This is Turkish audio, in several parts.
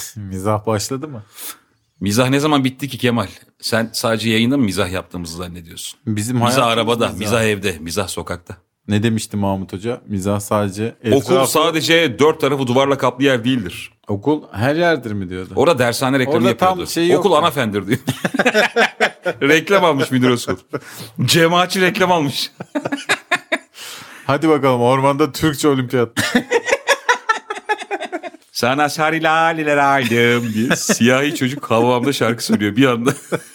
Mizah başladı mı? Mizah ne zaman bitti ki Kemal? Sen sadece yayında mı mizah yaptığımızı zannediyorsun? Bizim mizah arabada, mizah. mizah evde, mizah sokakta. Ne demişti Mahmut Hoca? Mizah sadece Okul sadece 4 tarafı duvarla kaplı yer değildir. Okul her yerdir mi diyordu? Orada dershane reklamı orada yapıyordu. Şey okul ana fendir diyor. Reklam almış müdür okul. Cemaatçi reklam almış. Hadi bakalım ormanda Türkçe olimpiyat. Sana sarı laleler aldım diye siyahi çocuk havamda şarkı söylüyor bir anda.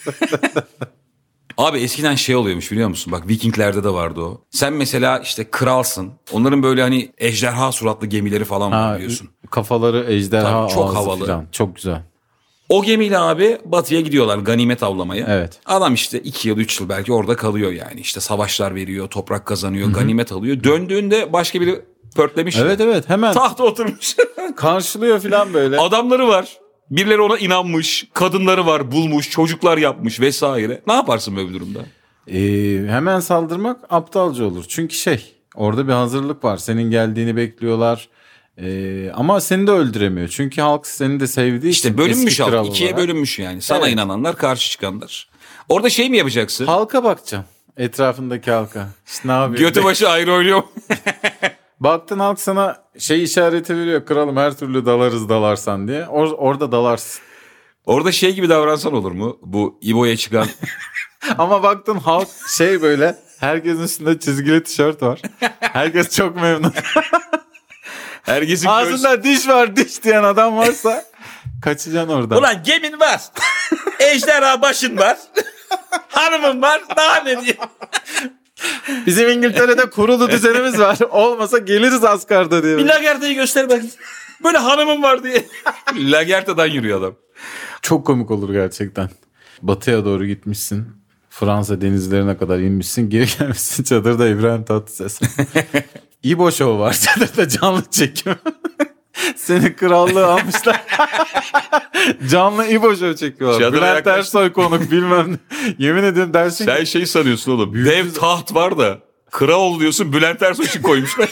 Abi eskiden şey oluyormuş biliyor musun? Bak Vikinglerde de vardı o. Sen mesela işte kralsın. Onların böyle hani ejderha suratlı gemileri falan var biliyorsun. Kafaları ejderha tabii, çok ağzı havalı. Falan. Çok güzel. O gemiyle abi batıya gidiyorlar ganimet avlamaya. Evet. Adam işte 2 yıl 3 yıl belki orada kalıyor yani. İşte savaşlar veriyor, toprak kazanıyor, ganimet alıyor. Döndüğünde başka biri pörtlemiş. Evet hemen. Tahta oturmuş. Karşılıyor falan böyle. Adamları var. Birileri ona inanmış. Kadınları var bulmuş. Çocuklar yapmış vesaire. Ne yaparsın böyle bir durumda? Hemen saldırmak aptalca olur. Çünkü orada bir hazırlık var. Senin geldiğini bekliyorlar. Ama seni de öldüremiyor. Çünkü halk seni de sevdiği için. İşte bölünmüş halk. İkiye bölünmüş yani. Sana inananlar, karşı çıkanlar. Orada şey mi yapacaksın? Halka bakacaksın. Etrafındaki halka. İşte ne yapıyor? Götü başı ayrı oynuyor. Baktın halk sana işareti veriyor. Kralım her türlü dalarız dalarsan diye. Orada dalarsın. Orada şey gibi davransan olur mu? Bu İbo'ya çıkan. Ama baktın halk böyle. Herkesin üstünde çizgili tişört var. Herkes çok memnun. Herkesin ağzında diş var diş diyen adam varsa kaçacaksın oradan. Ulan gemin var. Ejderha başın var. Hanımın var. Daha ne diyeyim? Bizim İngiltere'de kurulu düzenimiz var. Olmasa geliriz Asgard'a diyor. Bir Lagerta'yı göster bakayım. Böyle hanımım var diye. Lagerta'dan yürüyor adam. Çok komik olur gerçekten. Batıya doğru gitmişsin. Fransa denizlerine kadar inmişsin. Geri gelmişsin çadırda İbrahim Tatlıses. İbo Show var çadırda canlı çekim. Seni krallığı almışlar. Canlı İbo Show çekiyorlar. Bülent Ersoy konuk bilmem ne. Yemin ediyorum dersin sen şey sanıyorsun oğlum. Dev taht var da kral diyorsun Bülent Ersoy için koymuşlar.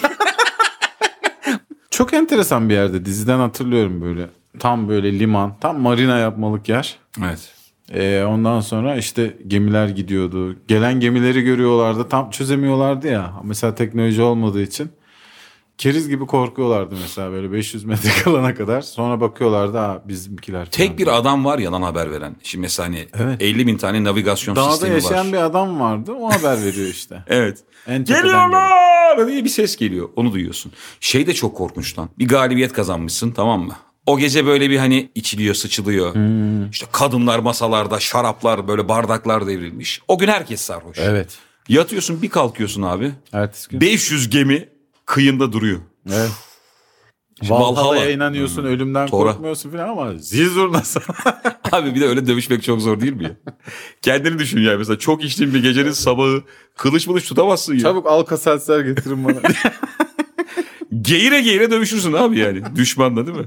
Çok enteresan bir yerde diziden hatırlıyorum böyle. Tam böyle liman, tam marina yapmalık yer. Evet. Ondan sonra işte gemiler gidiyordu. Gelen gemileri görüyorlardı. Tam çözemiyorlardı ya. Mesela teknoloji olmadığı için. Keriz gibi korkuyorlardı mesela böyle 500 metre kalana kadar. Sonra bakıyorlardı bizimkiler. Tek bir adam var ya lan haber veren. Şimdi mesela hani 50 bin tane navigasyon sistemi var. Dağda yaşayan bir adam vardı. O haber veriyor işte. Evet. Geliyorlar diye bir ses geliyor. Onu duyuyorsun. Şey de çok korkunç lan. Bir galibiyet kazanmışsın tamam mı? O gece böyle bir hani içiliyor, sıçılıyor. İşte kadınlar masalarda, şaraplar böyle bardaklar devrilmiş. O gün herkes sarhoş. Evet. Yatıyorsun bir kalkıyorsun abi. Ertesi gün. 500 gemi kıyında duruyor. Evet. Valhalla'ya inanıyorsun, ölümden korkmuyorsun falan ama zil zurnası. Abi bir de öyle dövüşmek çok zor değil mi ya? Kendini düşün ya mesela çok içtiğin bir gecenin sabahı kılıç tutamazsın ya. Çabuk Alka-Seltzer getirin bana. Geğire dövüşürsün abi yani düşmanla değil mi?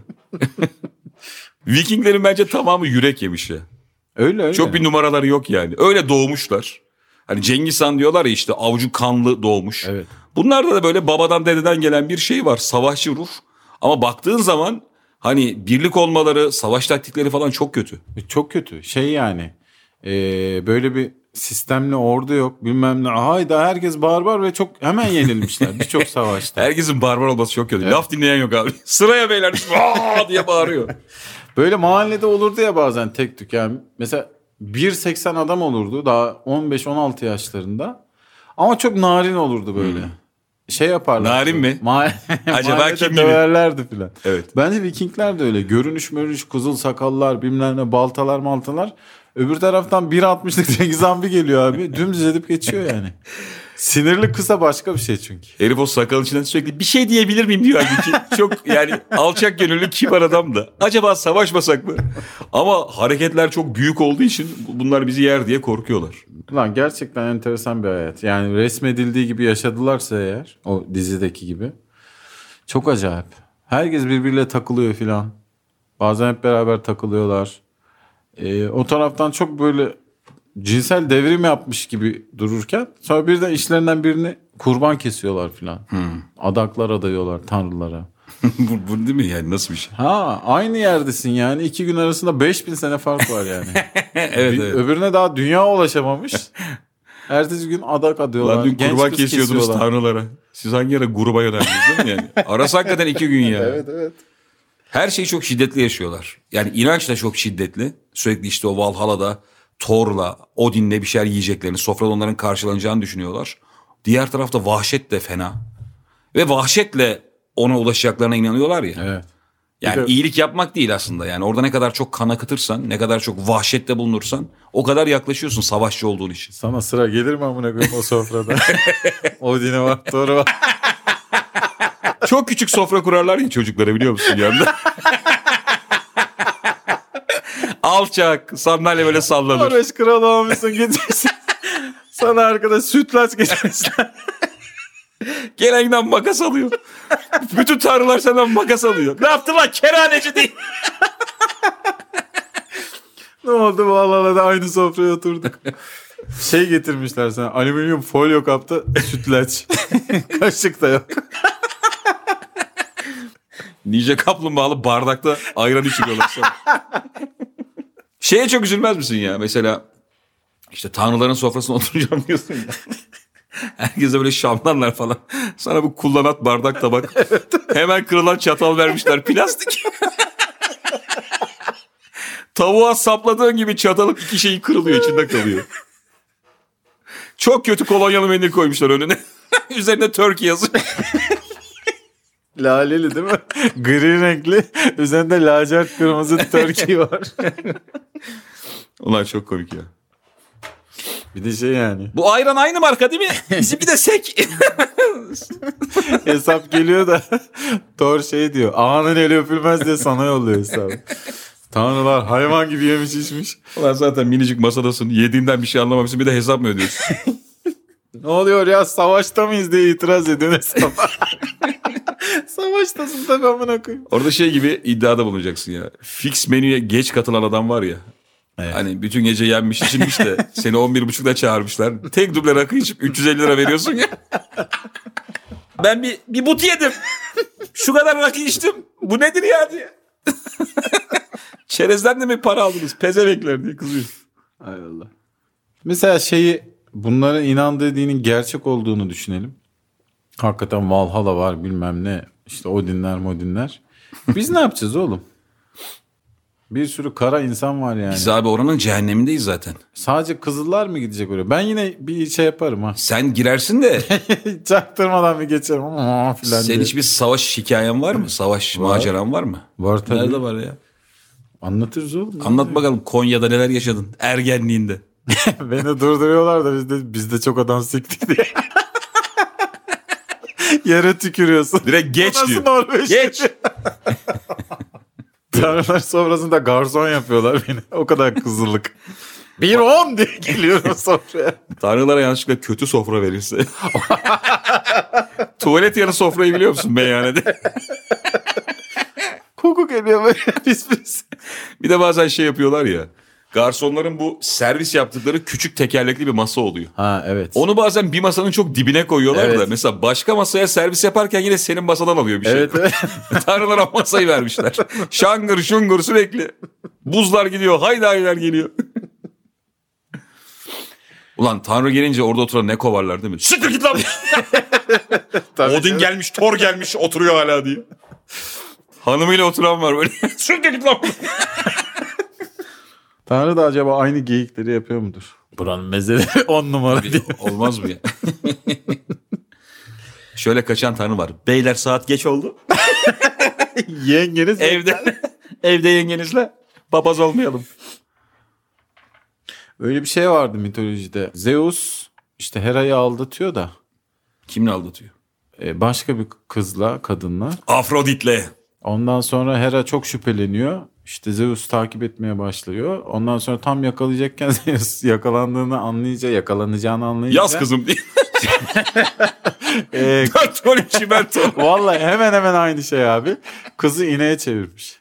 Vikinglerin bence tamamı yürek yemiş ya. Öyle. Çok bir numaraları yok yani. Öyle doğmuşlar. Hani Cengiz Han diyorlar ya işte avucu kanlı doğmuş. Evet. Bunlarda da böyle babadan dededen gelen bir şey var. Savaşçı ruh. Ama baktığın zaman hani birlik olmaları, savaş taktikleri falan çok kötü. Çok kötü. Yani böyle bir sistemli ordu yok bilmem ne. Hayda herkes barbar ve çok hemen yenilmişler birçok savaşta. Herkesin barbar olması çok kötü. Evet. Laf dinleyen yok abi. Sıraya beyler diye bağırıyor. Böyle mahallede olurdu ya bazen tek tük yani. Mesela 1.80 adam olurdu daha 15-16 yaşlarında. Ama çok narin olurdu böyle. Yaparlar. Narin mi? Acaba kim gibi? Döverlerdi filan. Evet. Bence Vikingler de öyle. Görünüş kızıl sakallar bilmem ne baltalar. Öbür taraftan 1.60'lık Cengiz Han bir geliyor abi. Dümdüz edip geçiyor yani. Sinirli kısa başka bir şey çünkü. Herif o sakalın içinden sürekli bir şey diyebilir miyim diyor halbuki. Çok yani alçak gönüllü kibar adam da. Acaba savaşmasak mı? Ama hareketler çok büyük olduğu için bunlar bizi yer diye korkuyorlar. Lan gerçekten enteresan bir hayat. Yani resmedildiği gibi yaşadılarsa eğer o dizideki gibi. Çok acayip. Herkes birbiriyle takılıyor filan. Bazen hep beraber takılıyorlar. O taraftan çok böyle cinsel devrim yapmış gibi dururken sonra birden işlerinden birini kurban kesiyorlar filan. Adaklar adıyorlar tanrılara. bu değil mi yani, nasıl bir şey? Ha, aynı yerdesin yani. 2 gün arasında 5000 sene fark var yani. Evet. Öbürüne daha dünya ulaşamamış. Ertesi gün adak adıyorlar. Lan dün Genç kurban kız kesiyordunuz kesiyorlar. tanrılara. Siz hangi ara gruba yöneldiniz değil mi yani? Arası hakikaten 2 gün ya. Evet. Her şeyi çok şiddetli yaşıyorlar. Yani inanç da çok şiddetli. Sürekli işte o Valhalla'da Thor'la, Odin'le bir şeyler yiyeceklerini, sofrada onların karşılanacağını düşünüyorlar. Diğer tarafta vahşet de fena. Ve vahşetle ona ulaşacaklarına inanıyorlar ya. Evet. Yani Bir de- iyilik yapmak değil aslında. Yani orada ne kadar çok kan akıtırsan, ne kadar çok vahşette bulunursan o kadar yaklaşıyorsun savaşçı olduğun için. Sana sıra gelir mi amına koyayım o sofrada? Odin'e var, Thor'a var. Çok küçük sofra kurarlar ya çocuklara, biliyor musun yanında? Alçak, sandalye böyle sallanır. Norveç kralı olmuşsun, gideceksin. Sana arkada sütlaç getirmişler. Gelen giden makas alıyor. Bütün tanrılar senden makas alıyor. Ne yaptın lan kerhaneci değil. Ne oldu, vallahi da aynı sofraya oturduk. Şey getirmişler sana, alüminyum folyo kapta sütlaç. Kaşık da yok. Nice kaplumbağalı bardakta ayran içiriyorlar sana. Şeye çok üzülmez misin ya? Mesela işte tanrıların sofrasına oturacağım diyorsun ya. Herkese böyle şamlarlar falan. Sana bu kullanat bardak tabak. Evet. Hemen kırılan çatal vermişler, plastik. Tavuğa sapladığın gibi çatalıp 2 şeyi kırılıyor, içinde kalıyor. Çok kötü kolonyalı mendil koymuşlar önüne. Üzerinde Turkey yazıyor. Laleli değil mi? Gri renkli. Üzerinde lacivert kırmızı Turkey var. Ulan çok komik ya. Bir de şey yani. Bu ayran aynı marka değil mi? Bizimki de sek. Hesap geliyor da Thor şey diyor. Ağanın eli öpülmez diye sana yolluyor hesabı. Tanrılar hayvan gibi yemiş içmiş. Ulan zaten minicik masadasın. Yediğinden bir şey anlamamışsın. Bir de hesap mı ödüyorsun? Ne oluyor ya, savaşta mıyız diye itiraz ediyorsun hesaba. Savaştasın tabii amına koyayım. Orada şey gibi iddiada bulunacaksın ya. Fix menüye geç katılan adam var ya. Evet. Hani bütün gece yenmiş içilmiş de seni 11.30'da çağırmışlar. Tek duble rakı içip 350 lira veriyorsun ya. Ben bir but yedim. Şu kadar rakı içtim. Bu nedir ya diye. Çerezden de mi para aldınız? Pezevekler diye kızıyor. Hay Allah. Mesela bunların inandığı dinin gerçek olduğunu düşünelim. Hakikaten Valhalla var, bilmem ne. İşte Odinler. Biz ne yapacağız oğlum? Bir sürü kara insan var yani. Biz abi oranın cehennemindeyiz zaten. Sadece Kızıllar mı gidecek oraya? Ben yine bir şey yaparım ha. Sen girersin de Çaktırmadan bir geçerim ama filan senin diye. hiçbir savaş hikayen var mı? Savaş maceran var mı? Var tabii. Nerede var ya? Anlatırız oğlum. Anlat bakalım, Konya'da neler yaşadın ergenliğinde. Beni durduruyorlar da biz de çok adam siktik diye. Yere tükürüyorsun. Direkt geç Nasıl diyor. Norveç? Geç. Tanrılar sofrasında garson yapıyorlar beni. O kadar kızıllık. 1-10 diye geliyorum sofraya. Tanrılara yanlışlıkla kötü sofra verirse. Tuvalet yanı sofrayı biliyor musun meyhanede? Koku geliyor böyle pis. Bir de bazen şey yapıyorlar ya. Garsonların bu servis yaptıkları küçük tekerlekli bir masa oluyor. Ha evet. Onu bazen bir masanın çok dibine koyuyorlar Evet. da. Mesela başka masaya servis yaparken yine senin masadan alıyor bir şey. Evet. Tanrılara masayı vermişler. Şangır şungur sürekli. Buzlar gidiyor, haydahiler geliyor. Ulan Tanrı gelince orada oturan ne kovarlar değil mi? Siktir git lan! Odin gelmiş, Thor gelmiş, oturuyor hala diye. Hanımıyla oturan var böyle. Siktir git lan! Tanrı da acaba aynı geyikleri yapıyor mudur? Buranın mezeleri 10 numara diye. Olmaz mı ya? Şöyle kaçan Tanrı var. Beyler saat geç oldu. Yengeniz Evde yengenizle papaz olmayalım. öyle bir şey vardı mitolojide. Zeus işte Hera'yı aldatıyor da Kimle aldatıyor? başka bir kızla, kadınla. Afrodit'le. Ondan sonra Hera çok şüpheleniyor. İşte Zeus takip etmeye başlıyor. Ondan sonra tam yakalayacakken Zeus yakalanacağını anlayınca. Yaz kızım diye. E, 4 gol çimento. vallahi hemen aynı şey abi. Kızı ineğe çevirmiş.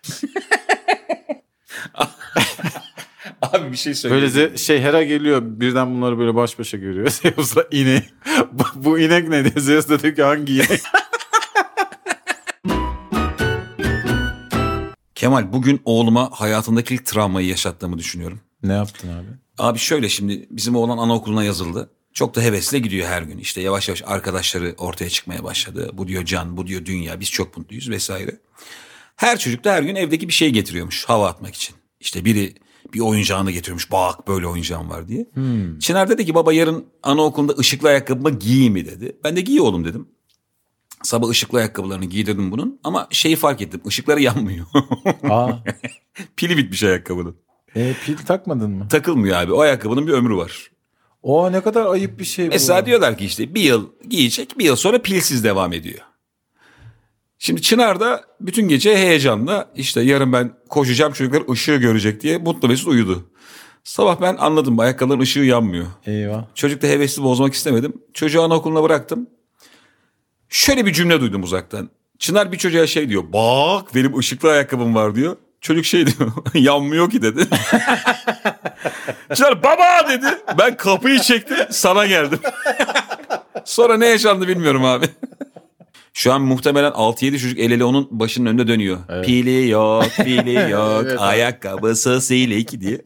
Abi bir şey söyleyeyim. Böyle Hera geliyor, birden bunları böyle baş başa görüyor. Zeus'la ineği. Bu inek ne diyor? Zeus da diyor ki hangi inek? Kemal, bugün oğluma hayatındaki ilk travmayı yaşattığımı düşünüyorum. Ne yaptın abi? Abi şöyle, şimdi bizim oğlan anaokuluna yazıldı. Çok da hevesle gidiyor her gün. İşte yavaş yavaş arkadaşları ortaya çıkmaya başladı. Bu diyor can, bu diyor dünya, biz çok mutluyuz vesaire. Her çocuk da her gün evdeki bir şey getiriyormuş hava atmak için. İşte biri bir oyuncağını getiriyormuş. Bak böyle oyuncağım var diye. Çınar dedi ki baba yarın anaokulunda ışıklı ayakkabımı giyeyim mi dedi. Ben de giy oğlum dedim. Sabah ışıklı ayakkabılarını giydirdim bunun. Ama şeyi fark ettim, ışıkları yanmıyor. Aa. Pili bitmiş ayakkabının. Pil takmadın mı? Takılmıyor abi, o ayakkabının bir ömrü var. O ne kadar ayıp bir şey bu. Mesela diyorlar ki işte bir yıl giyecek, bir yıl sonra pilsiz devam ediyor. Şimdi Çınar da bütün gece heyecanla işte yarın ben koşacağım, çocuklar ışığı görecek diye mutlu mesut uyudu. Sabah ben anladım, ayakkabıların ışığı yanmıyor. Eyvah. Çocuk da hevesli bozmak istemedim. Çocuğu anaokuluna bıraktım. Şöyle bir cümle duydum uzaktan. Çınar bir çocuğa şey diyor. Bak benim ışıklı ayakkabım var diyor. Çocuk şey diyor. Yanmıyor ki dedi. Çınar baba dedi. Ben kapıyı çektim, sana geldim. Sonra ne yaşandı bilmiyorum abi. Şu an muhtemelen 6-7 çocuk el ele onun başının önünde dönüyor. Evet. Pili yok, pili yok, evet, ayakkabısı silik diye.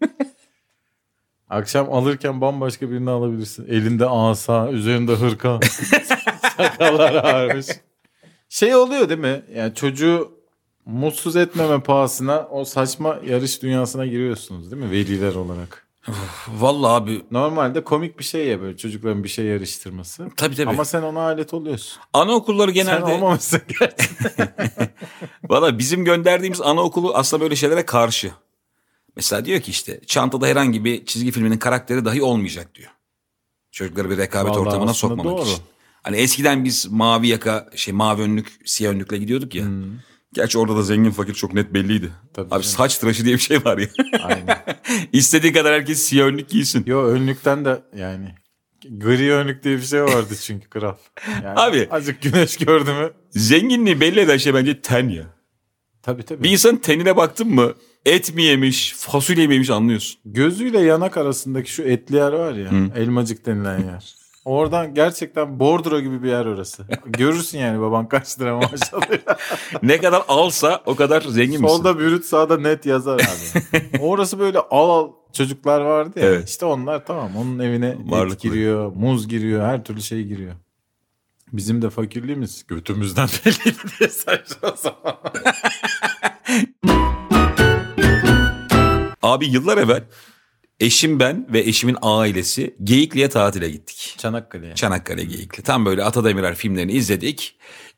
Akşam alırken bambaşka birini alabilirsin. Elinde asa, üzerinde hırka. Sakallar ağarmış. Şey oluyor değil mi? Yani çocuğu mutsuz etmeme pahasına o saçma yarış dünyasına giriyorsunuz değil mi? Veliler olarak. Vallahi abi. Normalde komik bir şey ya böyle çocukların bir şey yarıştırması. Tabii. Ama sen ona alet oluyorsun. Anaokulları genelde... Sen olmamışsın gerçekten. Valla bizim gönderdiğimiz anaokulu aslında böyle şeylere karşı. Mesela diyor ki işte çantada herhangi bir çizgi filminin karakteri dahi olmayacak diyor. Çocukları bir rekabet Vallahi ortamına sokmamak doğru. için. Hani eskiden biz mavi yaka, mavi önlük, siyah önlükle gidiyorduk ya. Gerçi orada da zengin fakir çok net belliydi. Tabii abi canım. Saç tıraşı diye bir şey var ya. Aynen. İstediği kadar herkes siyah önlük giysin. Yo önlükten de yani gri önlük diye bir şey vardı çünkü kral. Yani abi. Azıcık güneş gördü mü? Zenginliği belli eden şey bence ten ya. Tabii. Bir insanın tenine baktın mı et mi yemiş, fasulye mi yemiş anlıyorsun. Gözüyle yanak arasındaki şu etli yer var ya, elmacık denilen yer. Oradan gerçekten bordro gibi bir yer orası. Görürsün yani baban kaç lira maaş alıyor. Ne kadar alsa o kadar zengin misin? Solda bürüt, sağda net yazar abi. Orası böyle al çocuklar vardı ya. Evet. İşte onlar tamam, onun evine varlıklı. Et giriyor, muz giriyor, her türlü şey giriyor. Bizim de fakirliğimiz götümüzden belliydi diye saçma zaman. Abi yıllar evvel eşim, ben ve eşimin ailesi Geyikli'ye tatile gittik. Çanakkale Geyikli. Tam böyle Atademirer filmlerini izledik.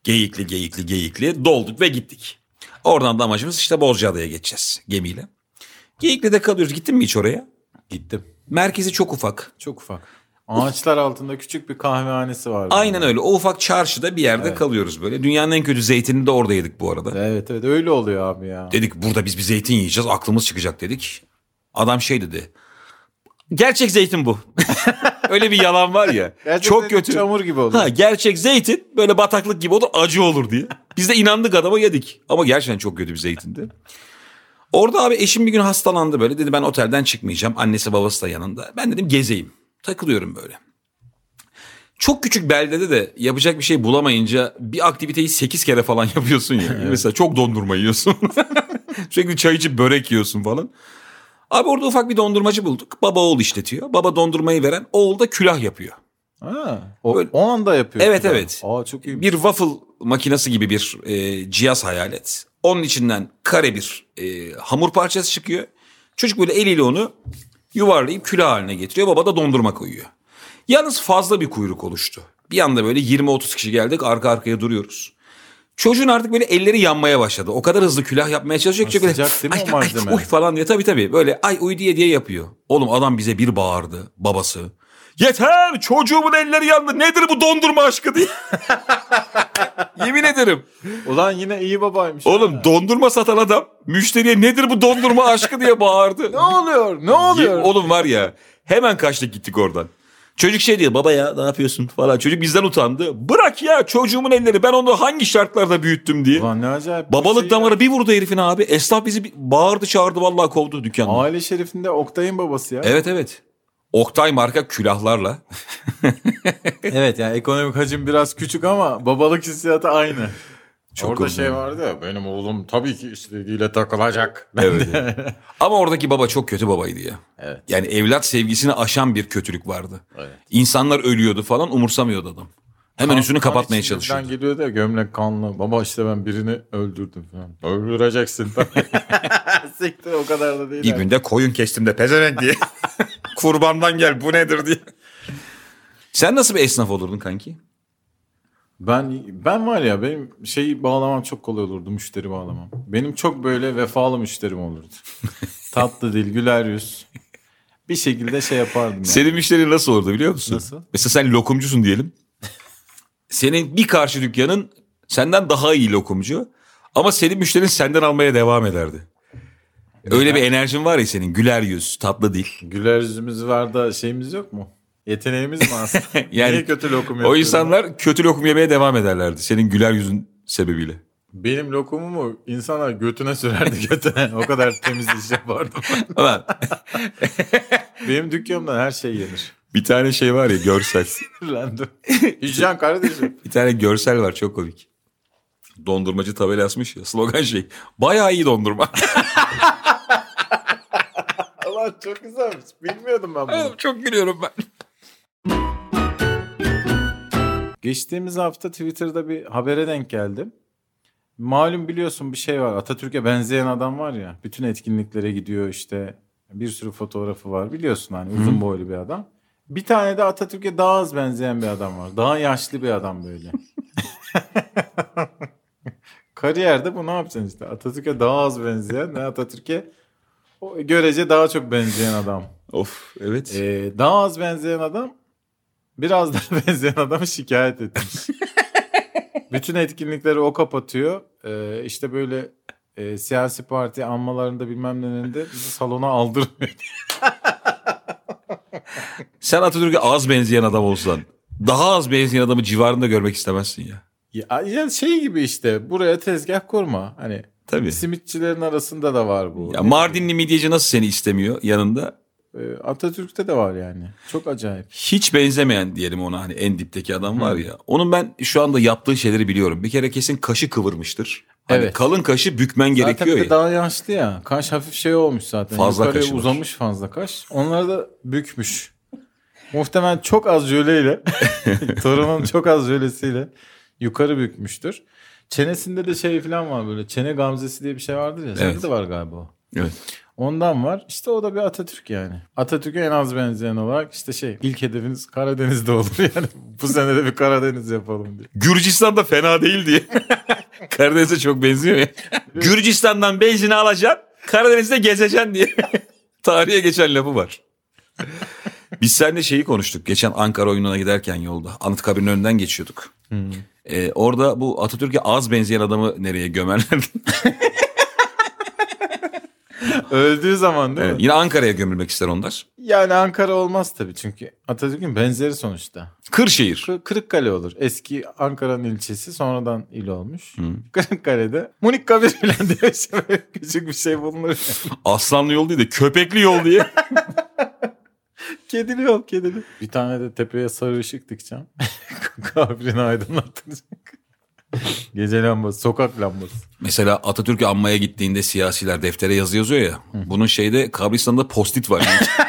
Geyikli dolduk ve gittik. Oradan da amacımız işte Bozcaada'ya geçeceğiz gemiyle. Geyikli'de kalıyoruz. Gittin mi hiç oraya? Gittim. Merkezi çok ufak. Çok ufak. Ağaçlar altında küçük bir kahvehanesi var. Aynen öyle. O ufak çarşıda bir yerde kalıyoruz böyle. Dünyanın en kötü zeytinini de orada yedik bu arada. Evet öyle oluyor abi ya. Dedik burada biz bir zeytin yiyeceğiz, aklımız çıkacak dedik. Adam şey dedi. Gerçek zeytin bu. Öyle bir yalan var ya. Gerçek çok kötü. Çamur gibi olur. Gerçek zeytin böyle bataklık gibi olur, acı olur diye. Biz de inandık adama, yedik. Ama gerçekten çok kötü bir zeytindi. Orada abi eşim bir gün hastalandı böyle. Dedi ben otelden çıkmayacağım. Annesi babası da yanında. Ben dedim gezeyim. Takılıyorum böyle. Çok küçük beldede de yapacak bir şey bulamayınca bir aktiviteyi 8 kere falan yapıyorsun ya. Evet. Mesela çok dondurma yiyorsun. Sürekli çay içip börek yiyorsun falan. Abi orada ufak bir dondurmacı bulduk. Baba oğul işletiyor. Baba dondurmayı veren, oğul da külah yapıyor. O anda yapıyor. Evet evet. Çok iyi. Bir waffle makinesi gibi bir cihaz hayal et. Onun içinden kare bir hamur parçası çıkıyor. Çocuk böyle eliyle onu yuvarlayıp külah haline getiriyor. Baba da dondurma koyuyor. Yalnız fazla bir kuyruk oluştu. Bir anda böyle 20-30 kişi geldik, arka arkaya duruyoruz. Çocuğun artık böyle elleri yanmaya başladı. O kadar hızlı külah yapmaya çalışıyor ki. Sıcak değil mi o malzeme? Uy falan diye, tabii böyle ay uy diye yapıyor. Oğlum adam bize bir bağırdı, babası. Yeter, çocuğumun elleri yandı, nedir bu dondurma aşkı diye. Yemin ederim. Ulan yine iyi babaymış. Oğlum dondurma satan adam müşteriye nedir bu dondurma aşkı diye bağırdı. Ne oluyor? Oğlum var ya, hemen kaçtık gittik oradan. Çocuk şey diyor, baba ya ne yapıyorsun falan. Çocuk bizden utandı. Bırak ya çocuğumun elleri, ben onu hangi şartlarda büyüttüm diye. Ulan ne acayip. Babalık damarı bir vurdu herifin abi. Esnaf bizi bağırdı çağırdı, vallahi kovdu dükkandan. Aile şerifinde Oktay'ın babası ya. Evet. Oktay marka külahlarla. Evet yani ekonomik hacim biraz küçük ama babalık hissiyatı aynı. Çok Orada komik. şey vardı ya, benim oğlum tabii ki istediğiyle takılacak. Evet. Ama oradaki baba çok kötü babaydı ya. Evet. Yani evlat sevgisini aşan bir kötülük vardı. Evet. İnsanlar ölüyordu falan, umursamıyordu adam. Hemen üstünü kapatmaya içinden çalışıyordu. geliyordu ya, gömlek kanlı. Baba işte ben birini öldürdüm falan. Öldüreceksin. Siktir, o kadar da değil. Bir günde koyun kestim de pezevenk diye. Kurbandan gel, bu nedir diye. Sen nasıl bir esnaf olurdun kanki? Ben var ya, benim şeyi bağlamam çok kolay olurdu, müşteri bağlamam. Benim çok böyle vefalı müşterim olurdu. Tatlı dil, güler yüz. Bir şekilde şey yapardım yani. Senin müşterin nasıl olurdu biliyor musun? Nasıl? Mesela sen lokumcusun diyelim. Senin bir karşı dükkanın senden daha iyi lokumcu. Ama senin müşterin senden almaya devam ederdi. Öyle bir enerjin var ya senin. Güler yüz, tatlı dil. Güler yüzümüz var da şeyimiz yok mu? Yeteneğimiz mi aslında? Yani Niye kötü lokum o yapıyorum? insanlar kötü lokum yemeye devam ederlerdi. Senin güler yüzün sebebiyle. Benim lokumumu insanlar götüne sürerdi, götüne. O kadar temiz iş yapardım. Ulan Benim dükkanımdan her şey yenir. bir tane şey var ya, görsel. Sinirlendim. Hicran kardeşim. Bir tane görsel var, çok komik. Dondurmacı tabela asmış ya, slogan şey. Bayağı iyi dondurma. Allah, çok güzelmiş. Bilmiyordum ben bunu. Çok gülüyorum ben. Geçtiğimiz hafta Twitter'da bir habere denk geldim. Malum biliyorsun bir şey var. Atatürk'e benzeyen adam var ya. Bütün etkinliklere gidiyor işte. Bir sürü fotoğrafı var. Biliyorsun hani, uzun boylu bir adam. Bir tane de Atatürk'e daha az benzeyen bir adam var. Daha yaşlı bir adam böyle. Kariyerde bu ne yapacaksın işte. Atatürk'e daha az benzeyen ve Atatürk'e görece daha çok benzeyen adam. Of, evet. Daha az benzeyen adam biraz daha benzeyen adamı şikayet etmiş. Bütün etkinlikleri o kapatıyor. İşte böyle siyasi parti anmalarında bilmem nelerinde bizi salona aldırmıyor. Sen Atatürk'e az benzeyen adam olsan daha az benzeyen adamı civarında görmek istemezsin ya. Yani şey gibi işte, buraya tezgah kurma. Hani Tabii. simitçilerin arasında da var bu. Ya Mardinli midyeci nasıl seni istemiyor yanında? Atatürk'te de var yani. Çok acayip. Hiç benzemeyen diyelim ona, hani en dipteki adam var ya. Onun ben şu anda yaptığı şeyleri biliyorum. Bir kere kesin kaşı kıvırmıştır. Hani Evet. kalın kaşı bükmen Zaten gerekiyor bir de ya. daha yaşlı ya. Kaş hafif şey olmuş zaten. Fazla Yukarıya kaşı var. uzamış fazla kaş. Onları da bükmüş. Muhtemelen çok az jöleyle, torunun çok az jölesiyle yukarı bükmüştür. Çenesinde de şey falan var böyle. Çene gamzesi diye bir şey vardır ya. Sende Evet. de var galiba o. Evet. Ondan var. İşte o da bir Atatürk yani. Atatürk'e en az benzeyen olarak işte şey, ilk hedefiniz Karadeniz'de olur yani. Bu sene de bir Karadeniz yapalım diye. Gürcistan da fena değil diye. Karadeniz'e çok benziyor ya. Gürcistan'dan benzini alacaksın, Karadeniz'de gezeceksin diye. Tarihe geçen lafı var. Biz seninle şeyi konuştuk. Geçen Ankara oyununa giderken yolda. Anıtkabir'in önünden geçiyorduk. Orada bu Atatürk'e az benzeyen adamı nereye gömerlerdi? Öldüğü zaman değil mi? Yine Ankara'ya gömülmek ister onlar. Yani Ankara olmaz tabii, çünkü Atatürk'ün benzeri sonuçta. Kırşehir. Kırıkkale olur. Eski Ankara'nın ilçesi, sonradan il olmuş. Kırıkkale'de Munik-Kabir falan diye böyle küçük bir şey bulunur. Aslanlı yol değil de köpekli yol diye. Kedili yol, kedili. Bir tane de tepeye sarı ışık dikeceğim. Kabrini aydınlatacak. Gece lambası, sokak lambası. Mesela Atatürk'ü anmaya gittiğinde siyasiler deftere yazı yazıyor ya. Bunun şeyde kabristanında post-it var.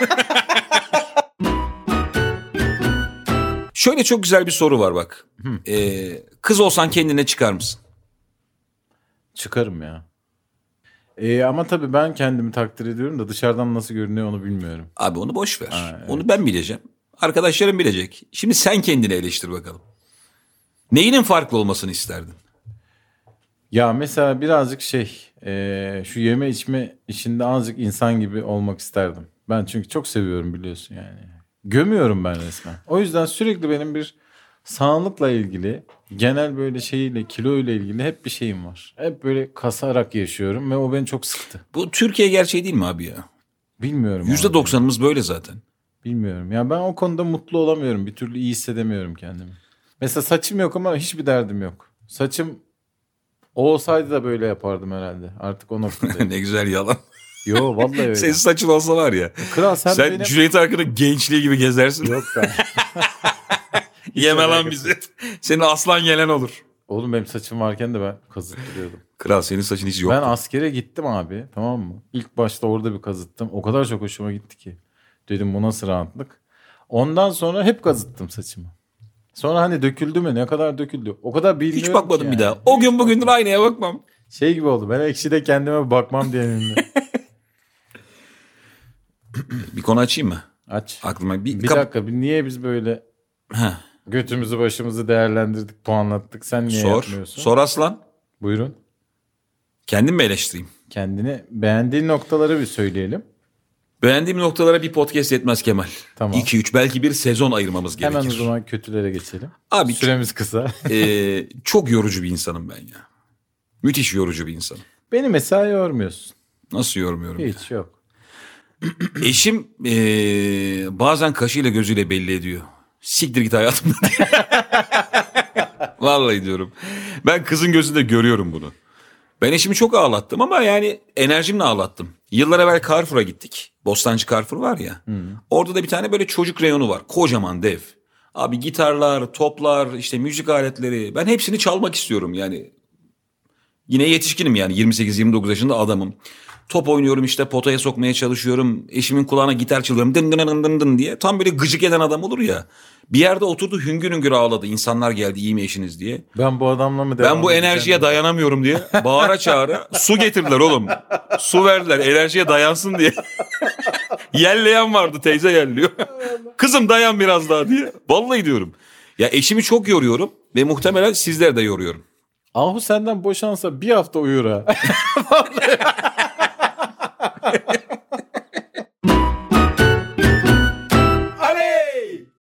Şöyle çok güzel bir soru var bak. Kız olsan kendine çıkar mısın? Çıkarım ya. Ama tabii ben kendimi takdir ediyorum da dışarıdan nasıl görünüyor onu bilmiyorum. Abi onu boş ver. Evet. Onu ben bileceğim. Arkadaşlarım bilecek. Şimdi sen kendini eleştir bakalım. Neyinin farklı olmasını isterdin? Ya mesela birazcık şu yeme içme işinde azıcık insan gibi olmak isterdim. Ben çünkü çok seviyorum, biliyorsun yani. Gömüyorum ben resmen. O yüzden sürekli benim bir sağlıkla ilgili, genel böyle şeyle, kilo ile ilgili hep bir şeyim var. Hep böyle kasarak yaşıyorum ve o beni çok sıktı. Bu Türkiye gerçeği değil mi abi ya? Bilmiyorum. %90'ımız böyle zaten. Bilmiyorum. Ya ben o konuda mutlu olamıyorum. Bir türlü iyi hissedemiyorum kendimi. Mesela saçım yok ama hiçbir derdim yok. Saçım olsaydı da böyle yapardım herhalde. Artık o noktadayım. Ne güzel yalan. Yo vallahi öyle. Senin saçın olsa var ya. Kral sen Sen benim... Cüneyt Arkın'ın gençliği gibi gezersin. Yok ben. Yeme lan bizi. Senin aslan yelen olur. Oğlum benim saçım varken de ben kazıttırıyordum. Kral senin saçın hiç yoktu. Ben askere gittim abi, tamam mı? İlk başta orada bir kazıttım. O kadar çok hoşuma gitti ki. Dedim bu nasıl rahatlık. Ondan sonra hep kazıttım saçımı. Sonra hani döküldü mü? Ne kadar döküldü? O kadar bilmiyorum Hiç bakmadım ki bir yani. daha. O gün bugündür aynaya bakmam. Şey gibi oldu. Ben Ekşi'de kendime bakmam diye ünlü. Bir konu açayım mı? Aç. Aklıma Bir dakika. Niye biz böyle Heh, götümüzü başımızı değerlendirdik, puanlattık? Sen niye sor. yapmıyorsun? Sor aslan. Buyurun. Kendim mi eleştireyim? Kendini beğendiğin noktaları bir söyleyelim. Beğendiğim noktalara bir podcast yetmez Kemal. Tamam. 2-3 belki bir sezon ayırmamız gerekir. Hemen o zaman kötülere geçelim. Abi Süremiz kısa. çok yorucu bir insanım ben ya. Müthiş yorucu bir insanım. Beni mesela yormuyorsun. Nasıl yormuyorum ya? Hiç yok. Eşim bazen kaşıyla gözüyle belli ediyor. Siktir git hayatımdan. Vallahi diyorum. Ben kızın gözünde görüyorum bunu. Ben eşimi çok ağlattım ama yani enerjimle ağlattım. Yıllar evvel Carrefour'a gittik. Bostancı Carrefour var ya. Orada da bir tane böyle çocuk reyonu var. Kocaman dev. Abi gitarlar, toplar, işte müzik aletleri. Ben hepsini çalmak istiyorum yani. Yine yetişkinim yani 28-29 yaşında adamım. Top oynuyorum işte potaya sokmaya çalışıyorum. Eşimin kulağına gitar çalıyorum dın dın dın dın dın diye. Tam böyle gıcık eden adam olur ya. Bir yerde oturdu hüngür hüngür ağladı. İnsanlar geldi iyi mi eşiniz diye. Ben bu adamla mı devam Ben bu edeceğim? enerjiye dayanamıyorum diye bağıra çağıra su getirdiler oğlum. Su verdiler enerjiye dayansın diye. Yelleyen vardı teyze yelliyor. Kızım dayan biraz daha diye. Vallahi diyorum. Ya eşimi çok yoruyorum ve muhtemelen sizler de yoruyorum. Ahu senden boşansa bir hafta uyur ha.